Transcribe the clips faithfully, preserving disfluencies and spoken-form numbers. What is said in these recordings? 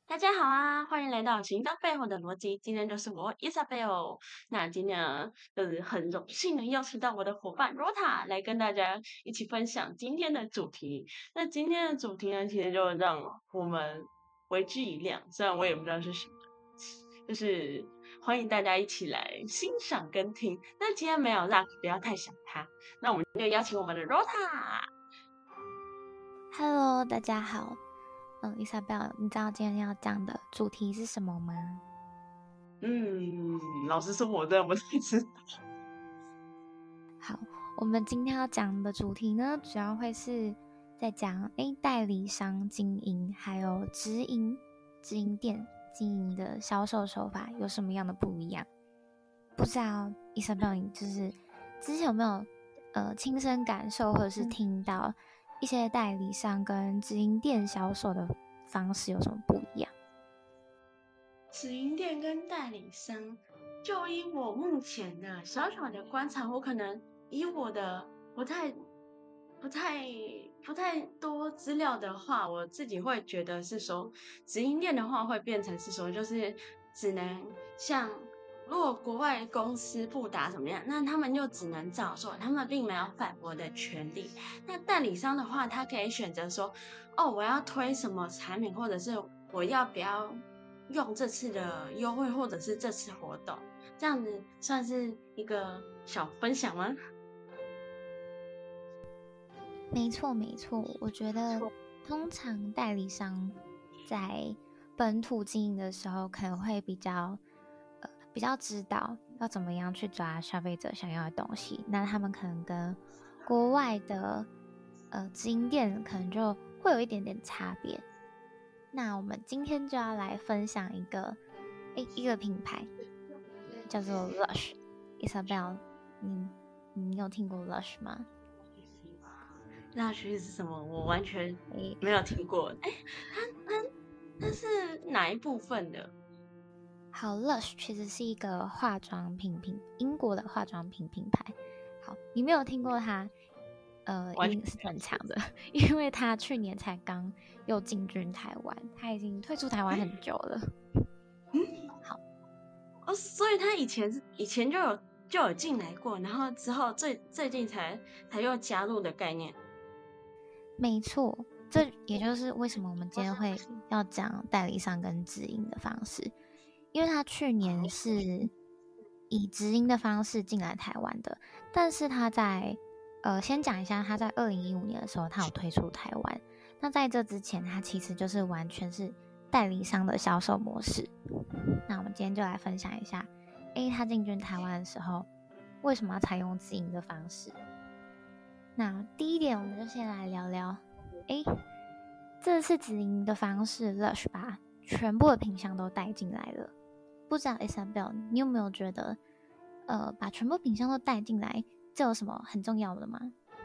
大家好啊，欢迎来到行动背后的逻辑。今天就是我 Isabel。那今天呢，就是很荣幸的邀请到我的伙伴 Rota 来跟大家一起分享今天的主题。那今天的主题呢，其实就让我们为之一亮，虽然我也不知道是什么，就是欢迎大家一起来欣赏跟听。那今天没有 Luck，不要太想他。那我们就邀请我们的 Rota。Hello， 大家好。嗯，Isabel，你知道今天要讲的主题是什么吗？ 嗯，老实说，我真的不太知道。 好，我们今天要讲的主题呢，主要会是在讲诶代理商经营还有直营直营店经营的销售手法有什么样的不一样？不知道 Isabel 你就是之前有没有呃亲身感受或者是听到一些代理商跟直营店销售的方式有什么不一样？ 直营店跟代理商，就以我目前的小小的观察，我可能以我的不太、不太、不太多资料的话，我自己会觉得是说，直营店的话会变成是说，就是只能像如果国外公司不打怎么样，那他们就只能照做，他们并没有反驳的权利。那代理商的话，他可以选择说，哦，我要推什么产品，或者是我要不要用这次的优惠，或者是这次活动，这样子算是一个小分享吗？ 没错没错，我觉得通常代理商在本土经营的时候，可能会比较呃比较知道要怎么样去抓消费者想要的东西，那他们可能跟国外的呃直营店可能就会有一点点差别。那我们今天就要来分享一个诶一个品牌，叫做 Lush。Isabel， 你你有听过 Lush 吗 ？Lush 是什么？我完全没有听过。哎，它它它是哪一部分的？ 好 ，Lush 其实是一个化妆品品，英国的化妆品品牌。好，你没有听过它，呃，一定是正常的，因为它去年才刚又进军台湾，它已经退出台湾很久了。 嗯， 好， 哦，所以它以前是以前就有就有进来过，然后之后最最近才才又加入的概念。 没错，这也就是为什么我们今天会要讲代理商跟直营的方式，因为他去年是以直营的方式进来台湾的，但是他在呃，先讲一下，他在二零一五年的时候，他有推出台湾。那在这之前，他其实就是完全是代理商的销售模式。那我们今天就来分享一下，诶，他进军台湾的时候，为什么要采用直营的方式？那第一点，我们就先来聊聊，诶，这次直营的方式 ，Lush 把全部的品项都带进来了。不知道 Isabel， 你有没有觉得，呃，把全部品项都带进来？这有什么很重要的吗？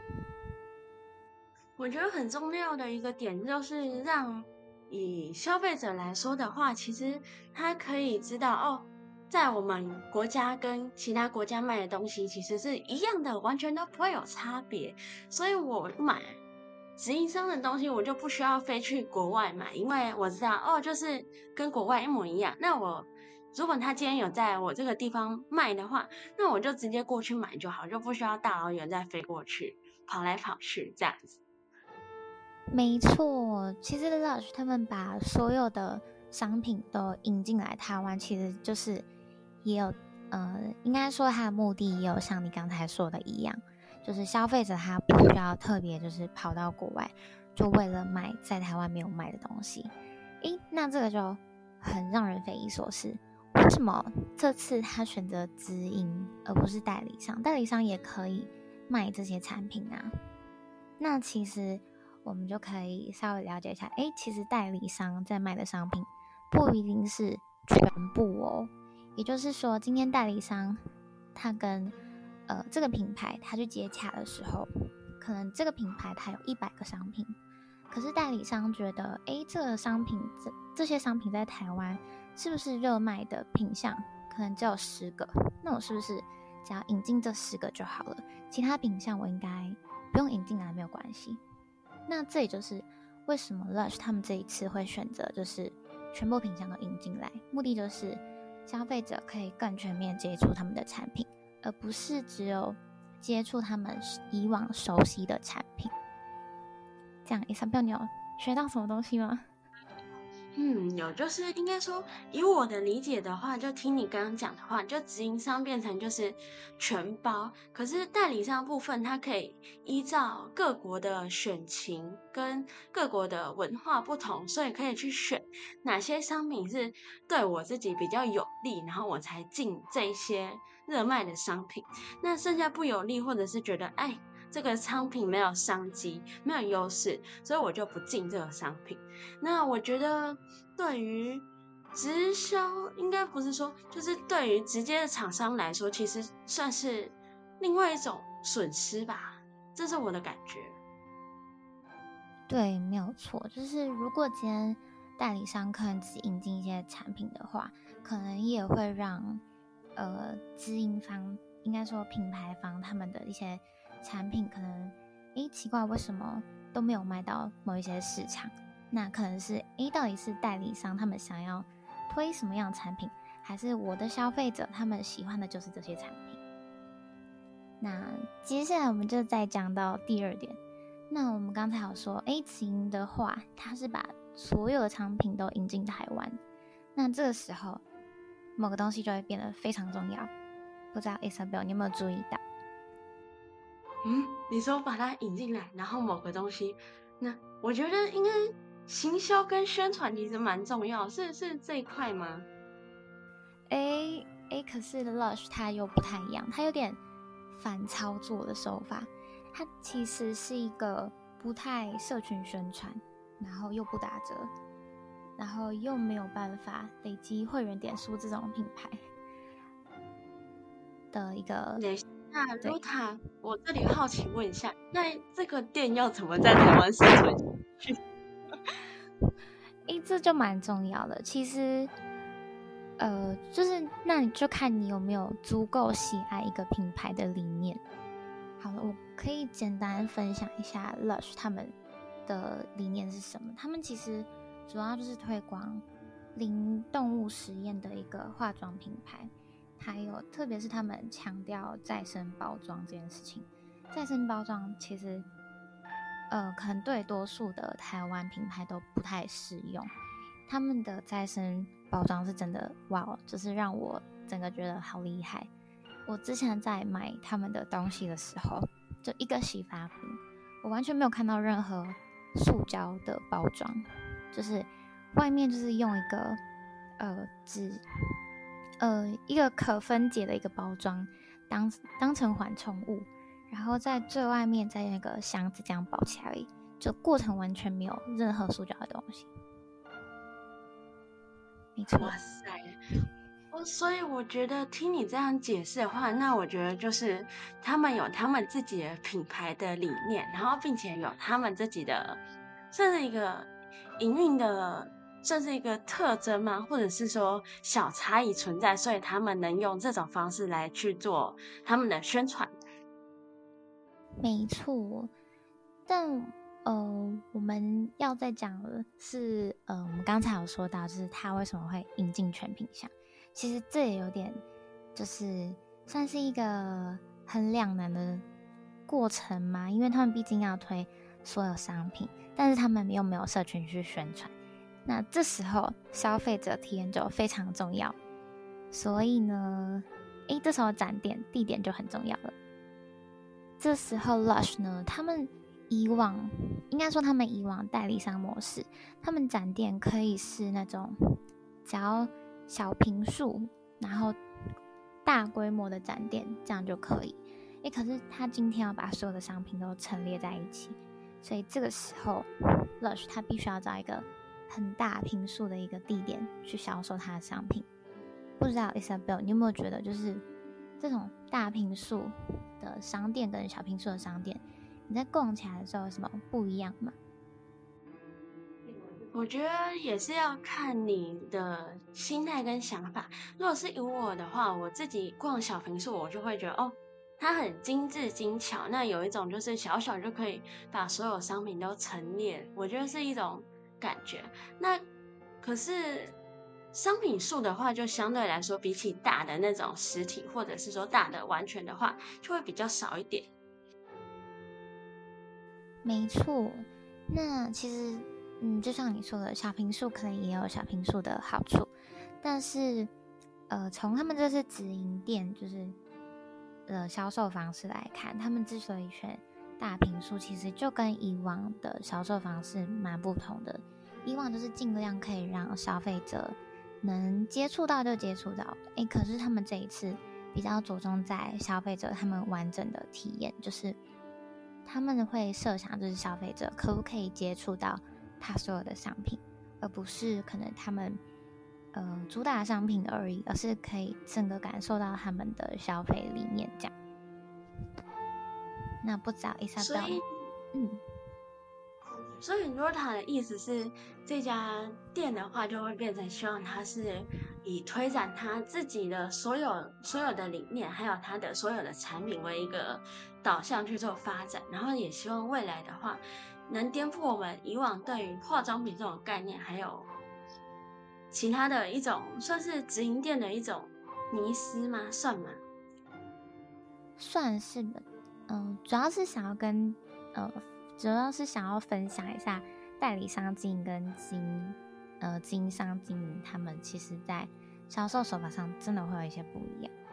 我觉得很重要的一个点就是让以消费者来说的话，其实他可以知道哦，在我们国家跟其他国家卖的东西其实是一样的，完全都不会有差别。所以我买直营商的东西，我就不需要飞去国外买，因为我知道哦，就是跟国外一模一样。那我如果他今天有在我这个地方卖的话，那我就直接过去买就好，就不需要大老远再飞过去，跑来跑去这样子。 没错，其实 Lush 他们把所有的商品都引进来台湾，其实就是也有，呃，应该说它的目的也有像你刚才说的一样，就是消费者他不需要特别就是跑到国外，就为了买在台湾没有卖的东西。诶，那这个就很让人匪夷所思，为什么这次他选择直营而不是代理商？代理商也可以卖这些产品啊。那其实我们就可以稍微了解一下，诶，其实代理商在卖的商品不一定是全部哦。也就是说，今天代理商他跟呃这个品牌他去接洽的时候，可能这个品牌它有一百个商品，可是代理商觉得，诶，这个商品这这些商品在台湾是不是热卖的品项，可能只有十个，那我是不是只要引进这十个就好了？其他品项我应该不用引进来没有关系。那这也就是为什么 Lush 他们这一次会选择就是全部品项都引进来，目的就是消费者可以更全面接触他们的产品，而不是只有接触他们以往熟悉的产品。这样 Isabel 你有学到什么东西吗？ 嗯，有，就是应该说，以我的理解的话，就听你刚刚讲的话，就直营商变成就是全包，可是代理商部分，它可以依照各国的选情跟各国的文化不同，所以可以去选哪些商品是对我自己比较有利，然后我才进这些热卖的商品。那剩下不有利，或者是觉得哎这个商品没有商机，没有优势，所以我就不进这个商品。那我觉得对于直销，应该不是说，就是对于直接的厂商来说，其实算是另外一种损失吧，这是我的感觉。 对，没有错，就是如果今天代理商可能只引进一些产品的话，可能也会让呃直营方，应该说品牌方他们的一些产品可能，诶奇怪为什么都没有卖到某一些市场？那可能是诶到底是代理商他们想要推什么样的产品，还是我的消费者他们喜欢的就是这些产品？那接下来我们就再讲到第二点。那我们刚才有说，哎，直营的话，它是把所有的产品都引进台湾。那这个时候，某个东西就会变得非常重要。不知道 Isabel 你有没有注意到？ 嗯，你说把它引进来，然后某个东西，那我觉得应该行销跟宣传其实蛮重要，是是这一块吗？ 哎哎，可是 Lush 它又不太一样，它有点反操作的手法。它其实是一个不太社群宣传，然后又不打折，然后又没有办法累积会员点数这种品牌的一个。 那 Ruta， 我这里好奇问一下，那这个店要怎么在台湾生存下去？ 诶，这就蛮重要的。其实，呃，就是那你就看你有没有足够喜爱一个品牌的理念。好了，我可以简单分享一下 Lush 他们的理念是什么。他们其实主要就是推广零动物实验的一个化妆品牌，还有特别是他们强调再生包装这件事情。再生包装其实，呃，可能对多数的台湾品牌都不太适用。他们的再生包装是真的，哇，就是让我整个觉得好厉害。我之前在买他们的东西的时候，就一个洗发品，我完全没有看到任何塑胶的包装，就是外面就是用一个呃纸呃一个可分解的一个包装当当成缓冲物，然后在最外面再用一个箱子这样包起来而已，就过程完全没有任何塑胶的东西。没错。 哇塞！哦，所以我觉得听你这样解释的话，那我觉得就是他们有他们自己的品牌的理念，然后并且有他们自己的，算是一个营运的，算是一个特征吗？或者是说小差异存在，所以他们能用这种方式来去做他们的宣传。 没错，但呃，我们要再讲的是，呃，我们刚才有说到，就是他为什么会引进全品项。其实这也有点，就是算是一个很两难的过程嘛，因为他们毕竟要推所有商品，但是他们又没有社群去宣传，那这时候消费者体验就非常重要。所以呢，诶，这时候展店地点就很重要了。这时候 Lush 呢，他们以往应该说他们以往代理商模式，他们展店可以是那种只要小坪数，然后大规模的展店，这样就可以。诶，可是他今天要把所有的商品都陈列在一起，所以这个时候 Lush 他必须要找一个很大坪数的一个地点去销售他的商品。不知道 Isabel 你有没有觉得，就是这种大坪数的商店跟小坪数的商店，你在逛起来的时候有什么不一样吗？ 我觉得也是要看你的心态跟想法。如果是以我的话，我自己逛小坪数，我就会觉得哦，它很精致精巧。那有一种就是小小就可以把所有商品都陈列，我觉得是一种感觉。那可是商品数的话，就相对来说比起大的那种实体，或者是说大的完全的话，就会比较少一点。 没错，那其实，嗯，就像你说的，小坪数可能也有小坪数的好处，但是，呃，从他们这次直营店就是呃销售方式来看，他们之所以选大坪数，其实就跟以往的销售方式蛮不同的。以往就是尽量可以让消费者能接触到就接触到，诶，可是他们这一次比较着重在消费者他们完整的体验，就是他们会设想就是消费者可不可以接触到他所有的商品，而不是可能他们呃主打商品而已，而是可以整个感受到他们的消费理念这样。那不知道 Isabel， 嗯。 所以 Rota 的意思是，这家店的话就会变成希望它是以推展他自己的所有所有的理念，还有他的所有的产品为一个导向去做发展，然后也希望未来的话能颠覆我们以往对于化妆品这种概念，还有其他的一种算是直营店的一种迷思吗？算吗？ 算是的，嗯、呃，主要是想要跟呃。主要是想要分享一下代理商经营跟经呃经商经营，他们其实在销售手法上真的会有一些不一样。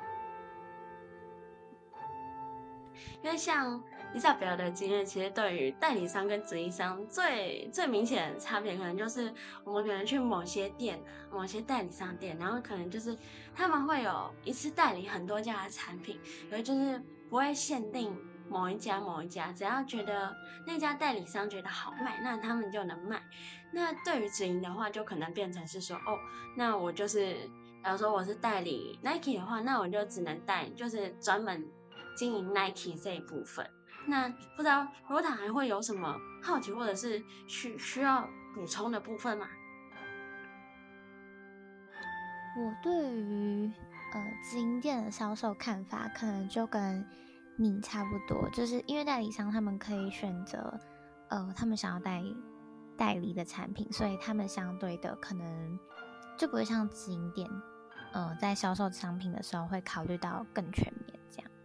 因为像伊莎贝尔的经验，其实对于代理商跟直营商最最明显的差别，可能就是我们可能去某些店、某些代理商店，然后可能就是他们会有一次代理很多家的产品，而就是不会限定某一家某一家，只要觉得那家代理商觉得好卖，那他们就能卖。那对于直营的话，就可能变成是说，哦，那我就是，假如说我是代理 Nike 的话，那我就只能带，就是专门经营 Nike 这一部分。那不知道 Rota 还会有什么好奇或者是需需要补充的部分吗？ 我对于呃直营店的销售看法，可能就跟你差不多，就是因为代理商他们可以选择呃他们想要代代理的产品，所以他们相对的可能就不会像直营店，呃在销售商品的时候会考虑到更全面这样。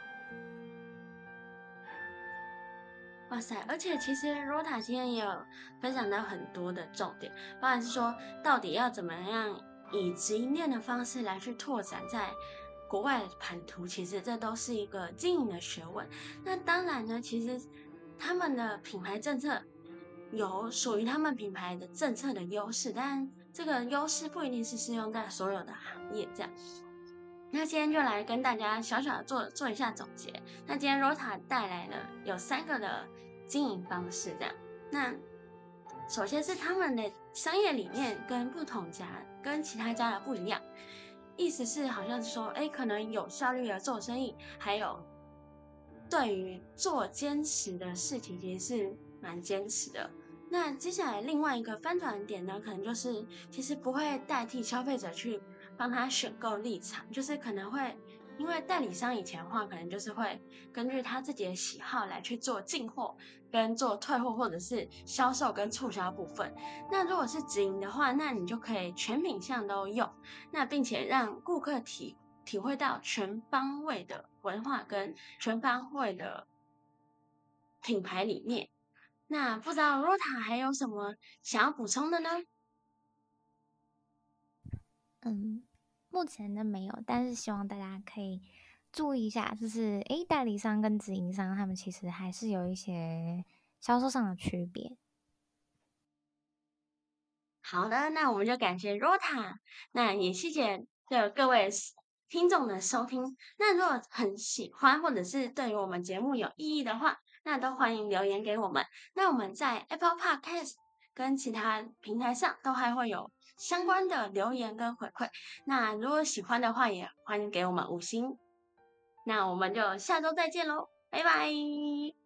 哇塞！而且其实 Rota 今天也有分享到很多的重点，包含是说到底要怎么样以直营店的方式来去拓展在国外的版图，其实这都是一个经营的学问。那当然呢，其实他们的品牌政策有属于他们品牌的政策的优势，但这个优势不一定是适用在所有的行业这样。那今天就来跟大家小小的做做一下总结。那今天 Rota 带来了有三个的经营方式，这样。那首先是他们的商业理念跟不同家跟其他家的不一样，意思是好像是说，哎，可能有效率的做生意，还有对于做坚持的事情，其实是蛮坚持的。那接下来另外一个翻转点呢，可能就是其实不会代替消费者去帮他选购立场，就是可能会因为代理商以前的话，可能就是会根据他自己的喜好来去做进货、跟做退货或者是销售跟促销部分。那如果是直营的话，那你就可以全品项都用，那并且让顾客体体会到全方位的文化跟全方位的品牌理念。那不知道 Rota 还有什么想要补充的呢？ 嗯，目前呢没有，但是希望大家可以注意一下，就是诶，代理商跟直营商他们其实还是有一些销售上的区别。 好的，那我们就感谢 Rota，那也谢谢的各位听众的收听。那如果很喜欢或者是对于我们节目有意义的话，那都欢迎留言给我们。那我们在 Apple Podcast 跟其他平台上都还会有相关的留言跟回馈。那如果喜欢的话，也欢迎给我们五星。那我们就下周再见喽，拜拜。